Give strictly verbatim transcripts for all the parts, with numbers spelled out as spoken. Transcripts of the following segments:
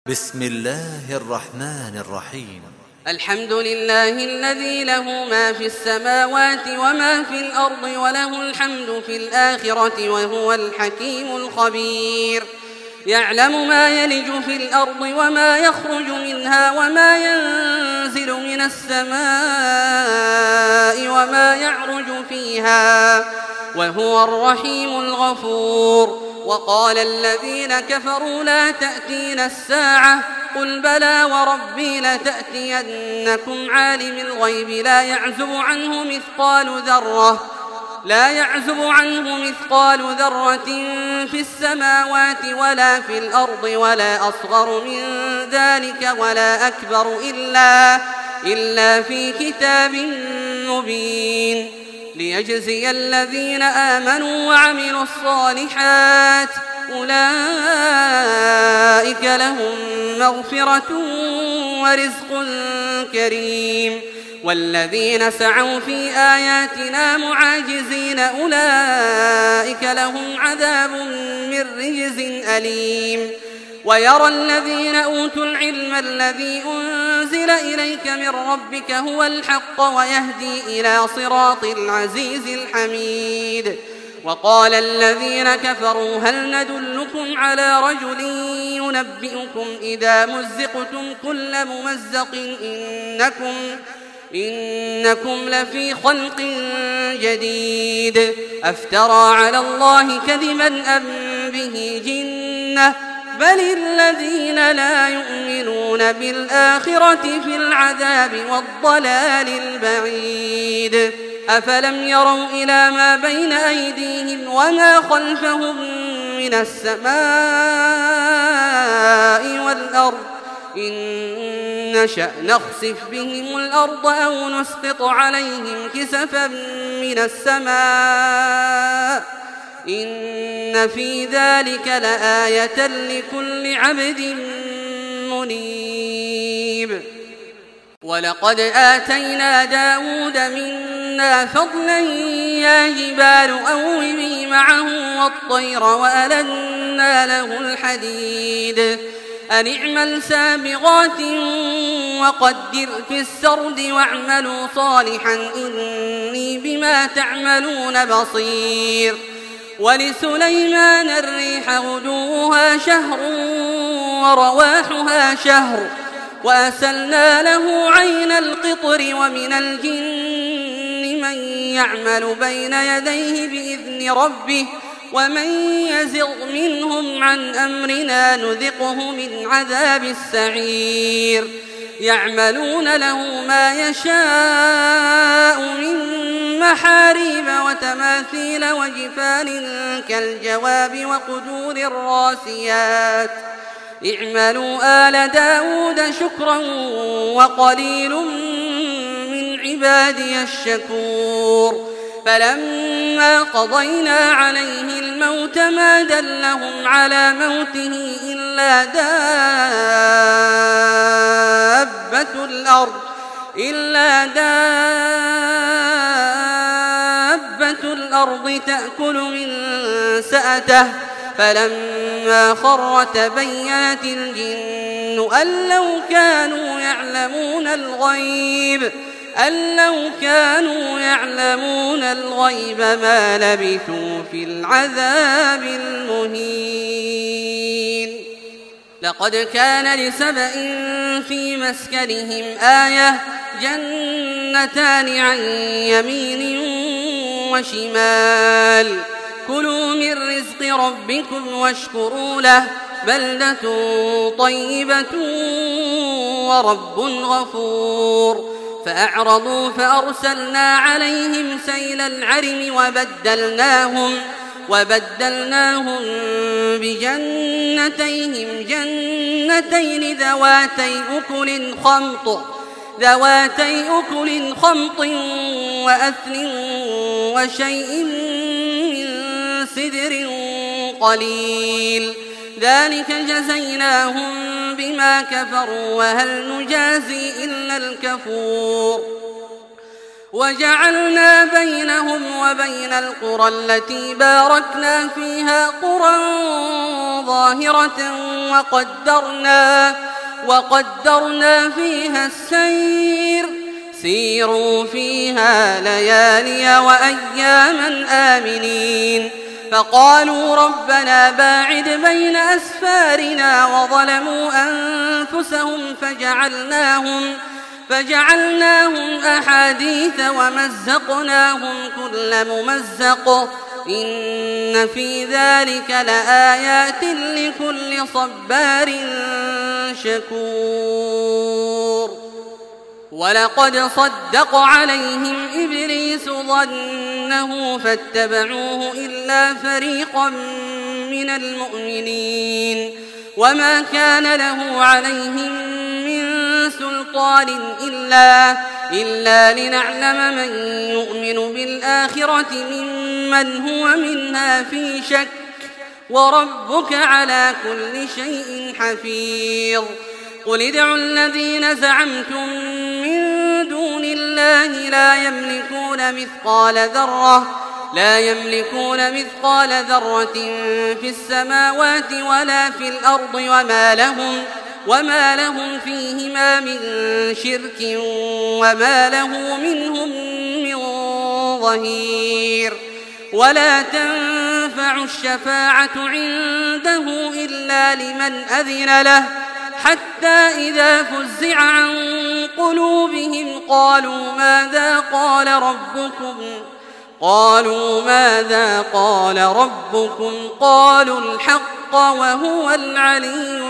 بسم الله الرحمن الرحيم. الحمد لله الذي له ما في السماوات وما في الأرض وله الحمد في الآخرة وهو الحكيم الخبير. يعلم ما يلج في الأرض وما يخرج منها وما ينزل من السماء وما يعرج فيها وهو الرحيم الغفور. وقال الذين كفروا لا تأتينا الساعة قل بلى وربي لتأتينكم عالم الغيب لا يعزب عنه مثقال ذرة لا يعزب عنه مثقال ذرة في السماوات ولا في الأرض ولا أصغر من ذلك ولا أكبر إلا, إلا في كتاب مبين ليجزي الذين آمنوا وعملوا الصالحات أولئك لهم مغفرة ورزق كريم. والذين سعوا في آياتنا معاجزين أولئك لهم عذاب من رجز أليم. ويرى الذين أوتوا العلم الذي أنزل إليك من ربك هو الحق ويهدي إلى صراط العزيز الحميد. وقال الذين كفروا هل ندلكم على رجل ينبئكم إذا مزقتم كل ممزق إنكم, إنكم لفي خلق جديد أفترى على الله كذبا أم به جنة بل الذين لا يؤمنون بالآخرة في العذاب والضلال البعيد. أفلم يروا إلى ما بين أيديهم وما خلفهم من السماء والأرض إن نشأ نخسف بهم الأرض أو نسقط عليهم كسفا من السماء إن في ذلك لآية لكل عبد منيب. ولقد آتينا داود منا فضلا يا جبال أوبي معه والطير وألنا له الحديد أن اعمل سابغات وقدر في السرد واعملوا صالحا إني بما تعملون بصير. ولسليمان الريح غدوها شهر ورواحها شهر وأسلنا له عين القطر ومن الجن من يعمل بين يديه بإذن ربه ومن يزغ منهم عن أمرنا نذقه من عذاب السعير. يعملون له ما يشاء من محاريب وتماثيل وجفان كالجواب وقدور الراسيات اعملوا آل داود شكرا وقليل من عبادي الشكور. فلما قضينا عليه الموت ما دلهم على موته إلا دابة الأرض إلا دابة الأرض تأكل من سأته فلما خر تبينت الجن أن لو كانوا يعلمون الغيب أن لو كانوا يعلمون الغيب ما لبثوا في العذاب المهين. لقد كان لسبإ في مسكنهم آية جنتان عن يمين وشمال كلوا من رزق ربكم واشكروا له بلدة طيبة ورب غفور. فأعرضوا فأرسلنا عليهم سيل العرم وبدلناهم, وبدلناهم بجنتيهم جنتين ذواتي أكل خمط ذواتي أكل خمط وأثل وشيء من سدر قليل ذلك جزيناهم بما كفروا وهل نجازي إلا الكفور. وجعلنا بينهم وبين القرى التي باركنا فيها قرى ظاهرة وقدرنا, وقدرنا فيها السير سيروا فيها ليالي وأياما آمنين. فقالوا ربنا باعد بين أسفارنا وظلموا أنفسهم فجعلناهم, فجعلناهم أحاديث ومزقناهم كل ممزق إن في ذلك لآيات لكل صبار شكور. ولقد صدق عليهم إبليس ظنه فاتبعوه إلا فريقا من المؤمنين وما كان له عليهم من سلطان إلا, إلا لنعلم من يؤمن بالآخرة ممن هو منها في شك وربك على كل شيء حفيظ. قل ادعوا الذين زعمتم من دون الله لا يملكون مثقال ذرة لا يملكون مثقال ذرة في السماوات ولا في الأرض وما لهم وما لهم فيهما من شرك وما له منهم من ظهير. ولا تنفع الشفاعة عنده إلا لمن أذن له حتى إذا فزع عن قلوبهم قالوا ماذا قال ربكم قالوا ماذا قال ربكم قالوا الحق وهو العلي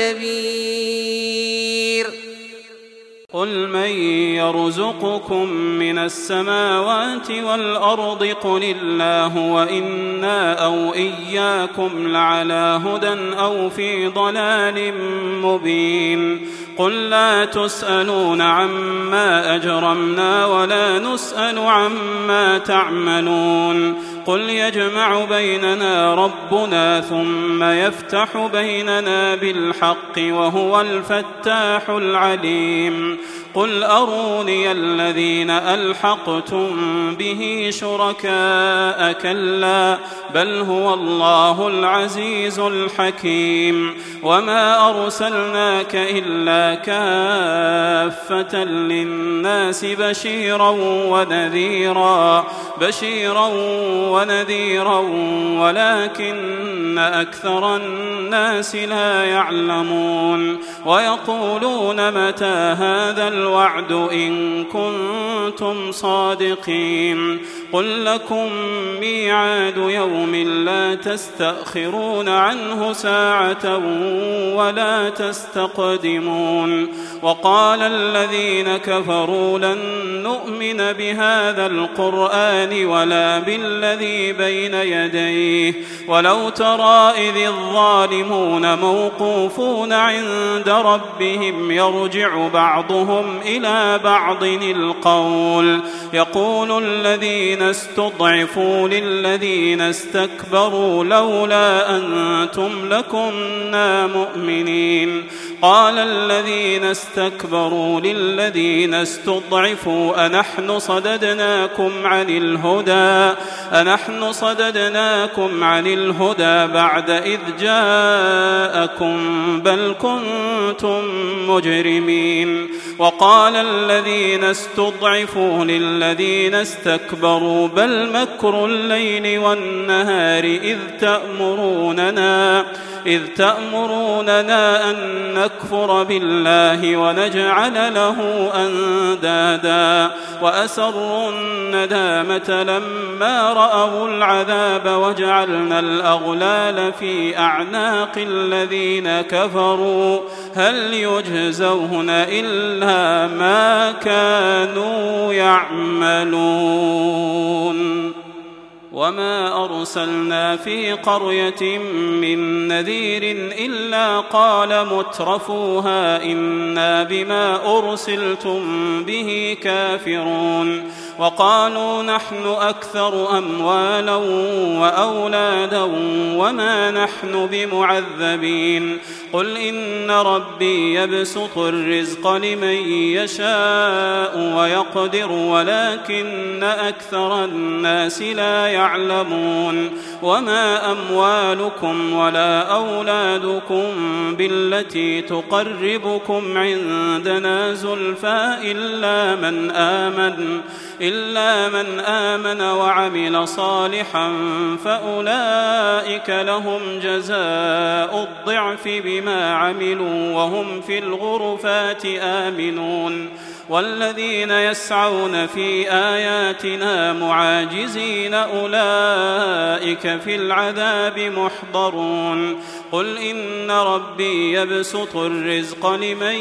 الكبير. قل من يرزقكم من السماوات والأرض قل الله وإنا أو إياكم لعلى هدى أو في ضلال مبين. قل لا تسألون عما أجرمنا ولا نسأل عما تعملون. قل يجمع بيننا ربنا ثم يفتح بيننا بالحق وهو الفتاح العليم. قل أروني الذين ألحقتم به شركاء كلا بل هو الله العزيز الحكيم. وما أرسلناك إلا كافة للناس بشيرا ونذيرا بشيرا ونذيرا ولكن أكثر الناس لا يعلمون. ويقولون متى هذا الوعد إن كنتم صادقين. قل لكم ميعاد يوم لا تستأخرون عنه ساعة ولا تستقدمون. وقال الذين كفروا لن نؤمن بهذا القرآن ولا بالذي بين يديه ولو ترى إذ الظالمون موقوفون عند ربهم يرجع بعضهم إلى بعض القول يقول الذين استضعفوا للذين استكبروا لولا أنتم لكنا مؤمنين. قال الذين استكبروا للذين استضعفوا أنحن صددناكم عن الهدى أنحن صددناكم عن الهدى بعد إذ جاءكم بل كنتم مجرمين. وقال الذين استضعفوا للذين استكبروا بل مكر الليل والنهار إذ تأمروننا إذ تأمروننا أن نكفر بالله ونجعل له أندادا وأسروا الندامة لما رأوا العذاب وجعلنا الأغلال في أعناق الذين كفروا هل يجزون إلا ما كانوا يعملون. وما أرسلنا في قرية من نذير إلا قال مترفوها إنا بما أرسلتم به كافرون. وقالوا نحن أكثر أموالا وأولادا وما نحن بمعذبين قل إن ربي يبسط الرزق لمن يشاء ويقدر ولكن أكثر الناس لا يعلمون وما أموالكم ولا أولادكم بالتي تقربكم عندنا زلفى إلا من آمن إلا من آمن وعمل صالحا فأولئك لهم جزاء الضعف بما عملوا وهم في الغرفات آمنون والذين يسعون في آياتنا معاجزين أولئك في العذاب محضرون قل إن ربي يبسط الرزق لمن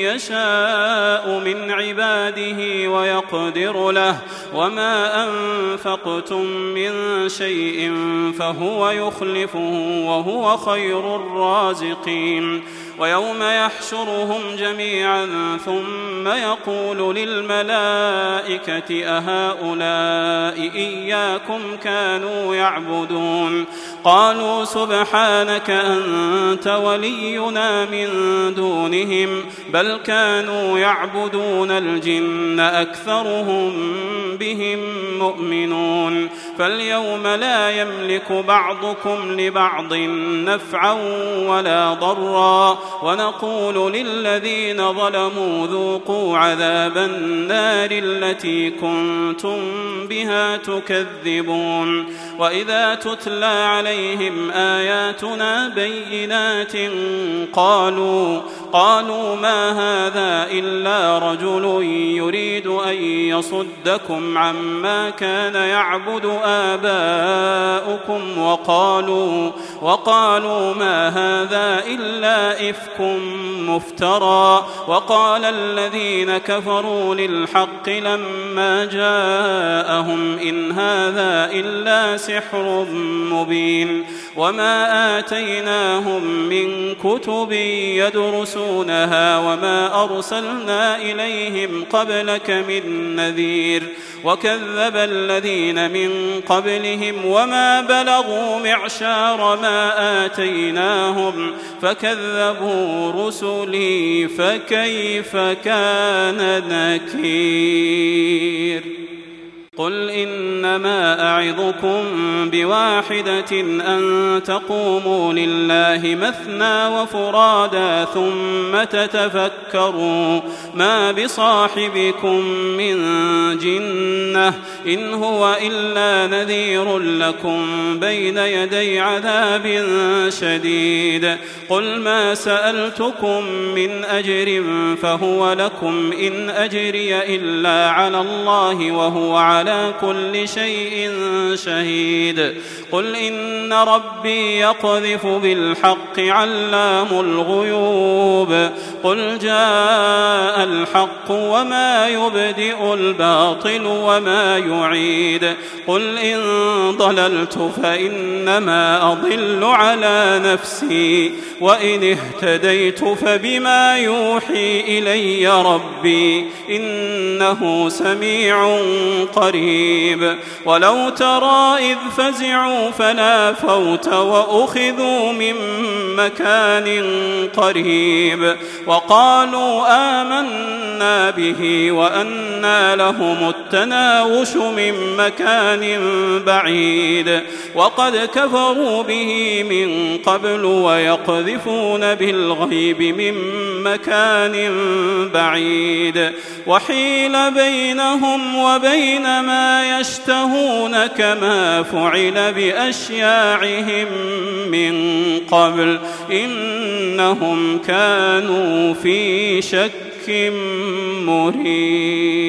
يشاء من عباده ويقدر له وما أنفقتم من شيء فهو يخلفه وهو خير الرازقين ويوم يحشرهم جميعا ثم يقول للملائكة أهؤلاء إياكم كانوا يعبدون قالوا سبحانك أنت ولينا من دونهم بل كانوا يعبدون الجن أكثرهم بهم مؤمنون فاليوم لا يملك بعضكم لبعض نفعا ولا ضرا ونقول للذين ظلموا ذوقوا عذاب النار التي كنتم بها تكذبون وإذا تتلى عليهم آياتنا بينات قالوا قالوا ما هذا إلا رجل يريد أن يصدكم عما كان يعبد آباؤكم وقالوا وقالوا ما هذا إلا إفك مفترى وقال الذين كفروا للحق لما جاءهم إن هذا إلا سحر مبين وما آتيناهم من كتب يدرسونها وما أرسلنا إليهم قبلك من نذير وكذب الذين من قبلهم وما بلغوا معشار ما آتيناهم فكذبوا رسلي فكيف كان نكير قل إنما أعظكم بواحدة أن تقوموا لله مثنى وفرادا ثم تتفكروا ما بصاحبكم من جنة إن هو إلا نذير لكم بين يدي عذاب شديد قل ما سألتكم من أجر فهو لكم إن أجري إلا على الله وهو على على كل شيء شهيد قل إن ربي يقذف بالحق علام الغيوب قل جاء الحق وما يبدئ الباطل وما يعيد قل إن ضللت فإنما أضل على نفسي وإن اهتديت فبما يوحي إلي ربي إنه سميع قريب ولو ترى إذ فزعوا فلا فوت وأخذوا من مكان قريب وقالوا آمنا به وأنى لهم التناوش من مكان بعيد وقد كفروا به من قبل ويقذفون بالغيب من مكان بعيد وحيل بينهم وبين ما يشتهون كما فعل بأشياعهم من قبل إنهم كانوا في شك مريب.